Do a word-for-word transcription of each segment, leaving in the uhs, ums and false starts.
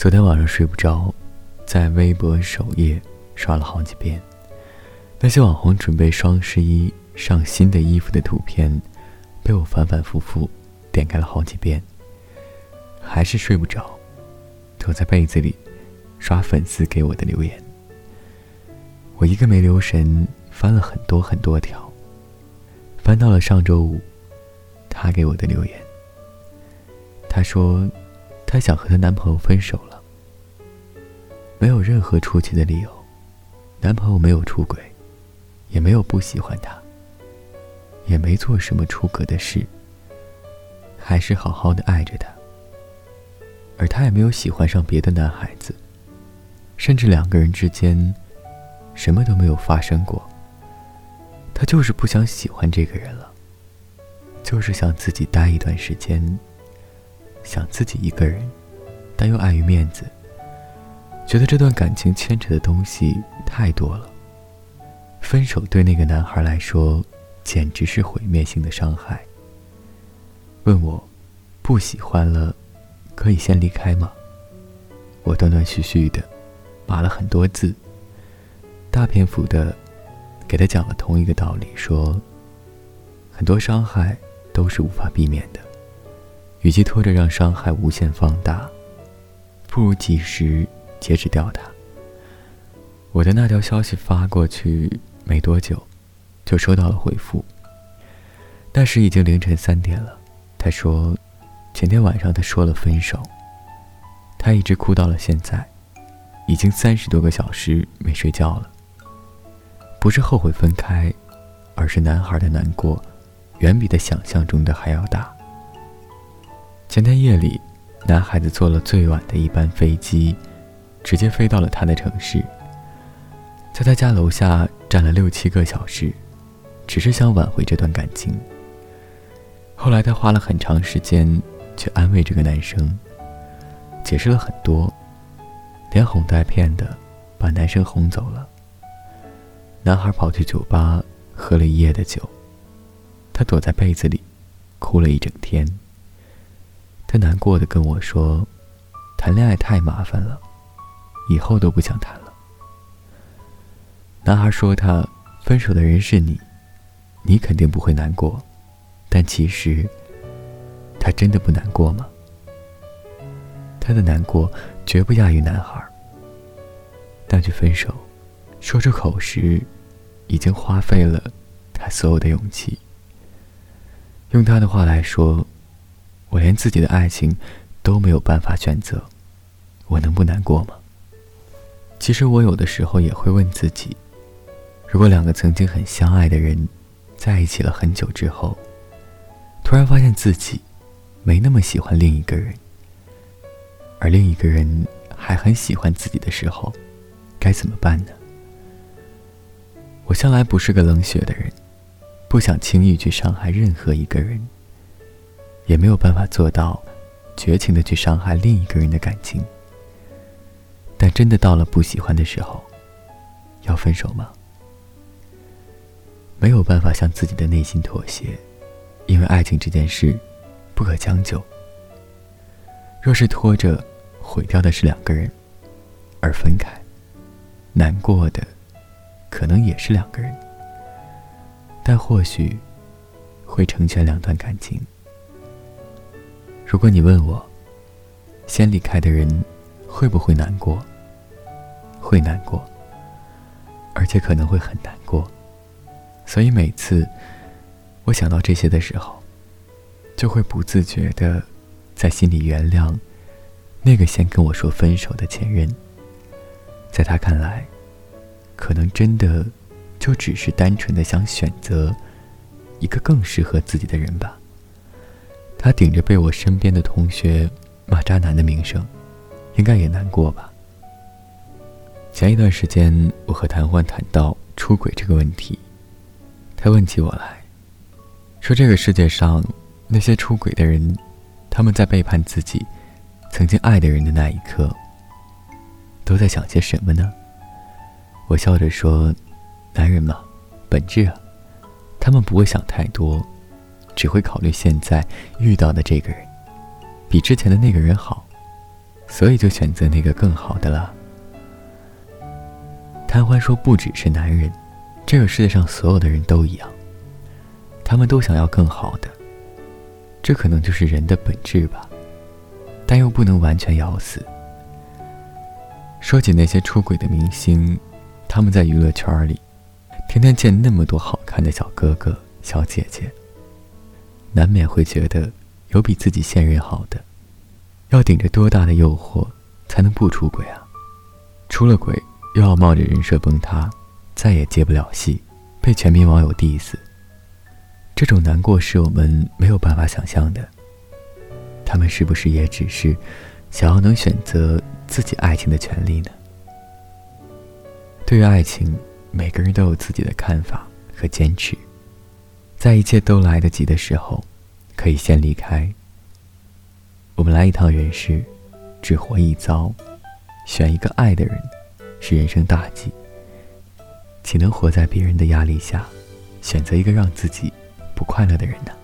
昨天晚上睡不着，在微博首页刷了好几遍，那些网红准备双十一上新的衣服的图片，被我反反复复点开了好几遍，还是睡不着，躲在被子里刷粉丝给我的留言。我一个没留神翻了很多很多条，翻到了上周五她给我的留言。她说她想和她男朋友分手了，没有任何出奇的理由，男朋友没有出轨，也没有不喜欢她，也没做什么出格的事，还是好好的爱着她。而她也没有喜欢上别的男孩子，甚至两个人之间什么都没有发生过。她就是不想喜欢这个人了，就是想自己待一段时间，想自己一个人，但又碍于面子，觉得这段感情牵扯的东西太多了。分手对那个男孩来说简直是毁灭性的伤害。问我不喜欢了可以先离开吗？我断断续续的码了很多字，大篇幅的给他讲了同一个道理，说很多伤害都是无法避免的，与其拖着让伤害无限放大，不如及时截止掉它。我的那条消息发过去没多久就收到了回复，那时已经凌晨三点了。他说前天晚上他说了分手，他一直哭到了现在，已经三十多个小时没睡觉了。不是后悔分开，而是男孩的难过远比他想象中的还要大。前天夜里，男孩子坐了最晚的一班飞机，直接飞到了他的城市，在他家楼下站了六七个小时，只是想挽回这段感情。后来他花了很长时间去安慰这个男生，解释了很多，连哄带骗的把男生哄走了。男孩跑去酒吧喝了一夜的酒，他躲在被子里哭了一整天。他难过的跟我说，谈恋爱太麻烦了，以后都不想谈了。男孩说他分手的人是你，你肯定不会难过，但其实他真的不难过吗？他的难过绝不亚于男孩。那句分手说出口时，已经花费了他所有的勇气。用他的话来说，我连自己的爱情都没有办法选择，我能不难过吗？其实我有的时候也会问自己，如果两个曾经很相爱的人在一起了很久之后，突然发现自己没那么喜欢另一个人，而另一个人还很喜欢自己的时候，该怎么办呢？我向来不是个冷血的人，不想轻易去伤害任何一个人，也没有办法做到绝情的去伤害另一个人的感情。但真的到了不喜欢的时候，要分手吗？没有办法向自己的内心妥协，因为爱情这件事不可将就。若是拖着，毁掉的是两个人，而分开，难过的可能也是两个人，但或许会成全两段感情。如果你问我，先离开的人会不会难过？会难过，而且可能会很难过。所以每次我想到这些的时候，就会不自觉地在心里原谅那个先跟我说分手的前任。在他看来，可能真的就只是单纯的想选择一个更适合自己的人吧。他顶着被我身边的同学骂渣男的名声，应该也难过吧。前一段时间我和谭欢谈到出轨这个问题，他问起我来，说这个世界上那些出轨的人，他们在背叛自己曾经爱的人的那一刻，都在想些什么呢？我笑着说，男人嘛，本质啊，他们不会想太多，只会考虑现在遇到的这个人比之前的那个人好， 所以就选择那个更好的了。贪欢说不只是男人，这个世界上所有的人都一样，他们都想要更好的，这可能就是人的本质吧，但又不能完全咬死。说起那些出轨的明星，他们在娱乐圈里天天见那么多好看的小哥哥小姐姐，难免会觉得有比自己现任好的，要顶着多大的诱惑才能不出轨啊？出了轨又要冒着人设崩塌，再也接不了戏，被全民网友 diss， 这种难过是我们没有办法想象的。他们是不是也只是想要能选择自己爱情的权利呢？对于爱情，每个人都有自己的看法和坚持，在一切都来得及的时候，可以先离开。我们来一趟人世，只活一遭，选一个爱的人是人生大忌，岂能活在别人的压力下，选择一个让自己不快乐的人呢？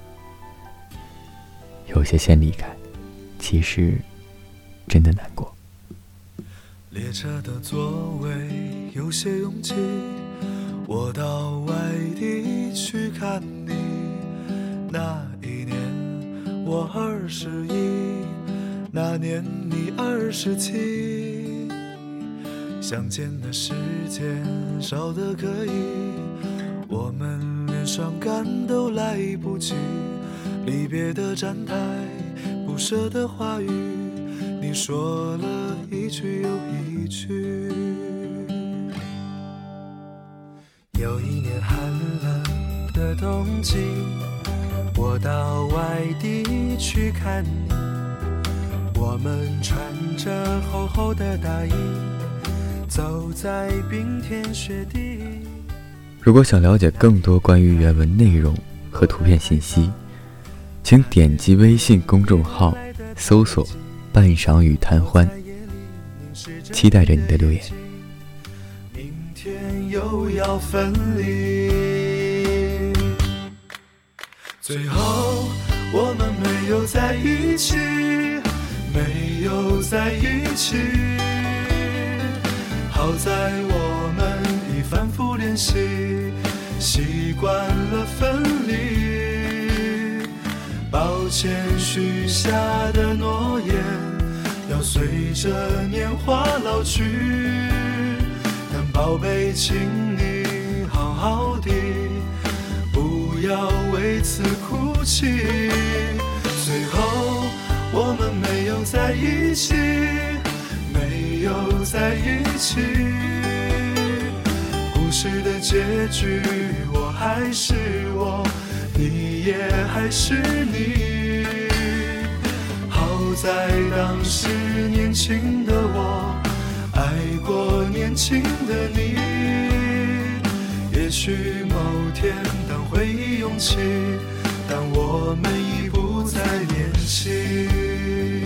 有些先离开，其实真的难过。 列车的座位有些拥挤，我到外地去看你。那一年我二十一，那年你二十七，相见的时间少得可以，我们连伤感都来不及。离别的站台，不舍的话语，你说了一句又一句。有一年寒冷的冬季，我到外地去看你，我们穿着厚厚的大衣，走在冰天雪地。 如果想了解更多关于原文内容和图片信息，请点击微信公众号搜索半晌与谈欢，期待着你的留言。 明天又要分离，最后我们没有在一起，没有在一起。好在我们已反复练习，习惯了分离。抱歉许下的诺言，要随着年华老去。但宝贝，请你好好的，不要为此哭泣。最后我们没有在一起，没有在一起。故事的结局，我还是我，你也还是你。好在当时年轻的我，爱过年轻的你。也许某天当回忆涌起，但我们已不再年轻。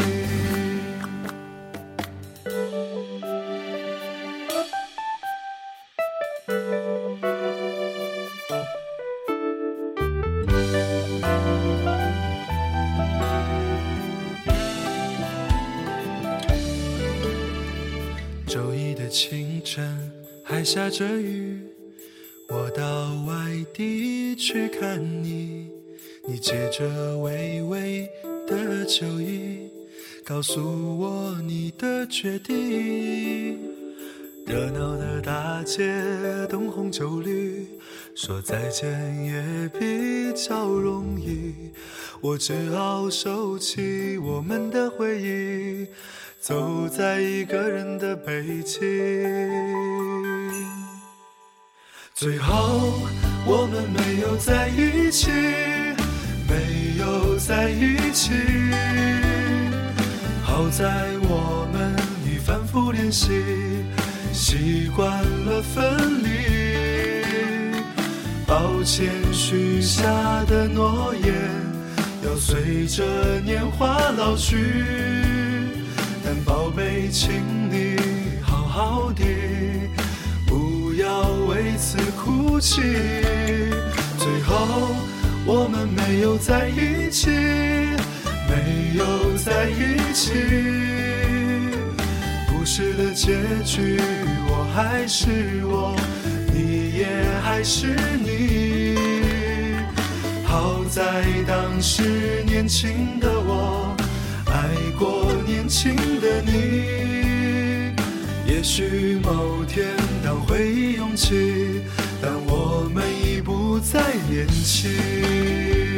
周一的清晨还下着雨，我到外地去看你，你借着微微的酒意，告诉我你的决定。热闹的大街，灯红酒绿，说再见也比较容易，我只好收起我们的回忆，走在一个人的北京。最后我们没有在一起，没有在一起。好在我们已反复练习，习惯了分离。抱歉许下的诺言，要随着年华老去。但宝贝，请你好好的，不要为此哭泣。最后我们没有在一起，没有在一起。 结局，我还是我，你也还是你。好在当时年轻的我，爱过年轻的你。也许某天当回忆涌起，但我们已不再年轻。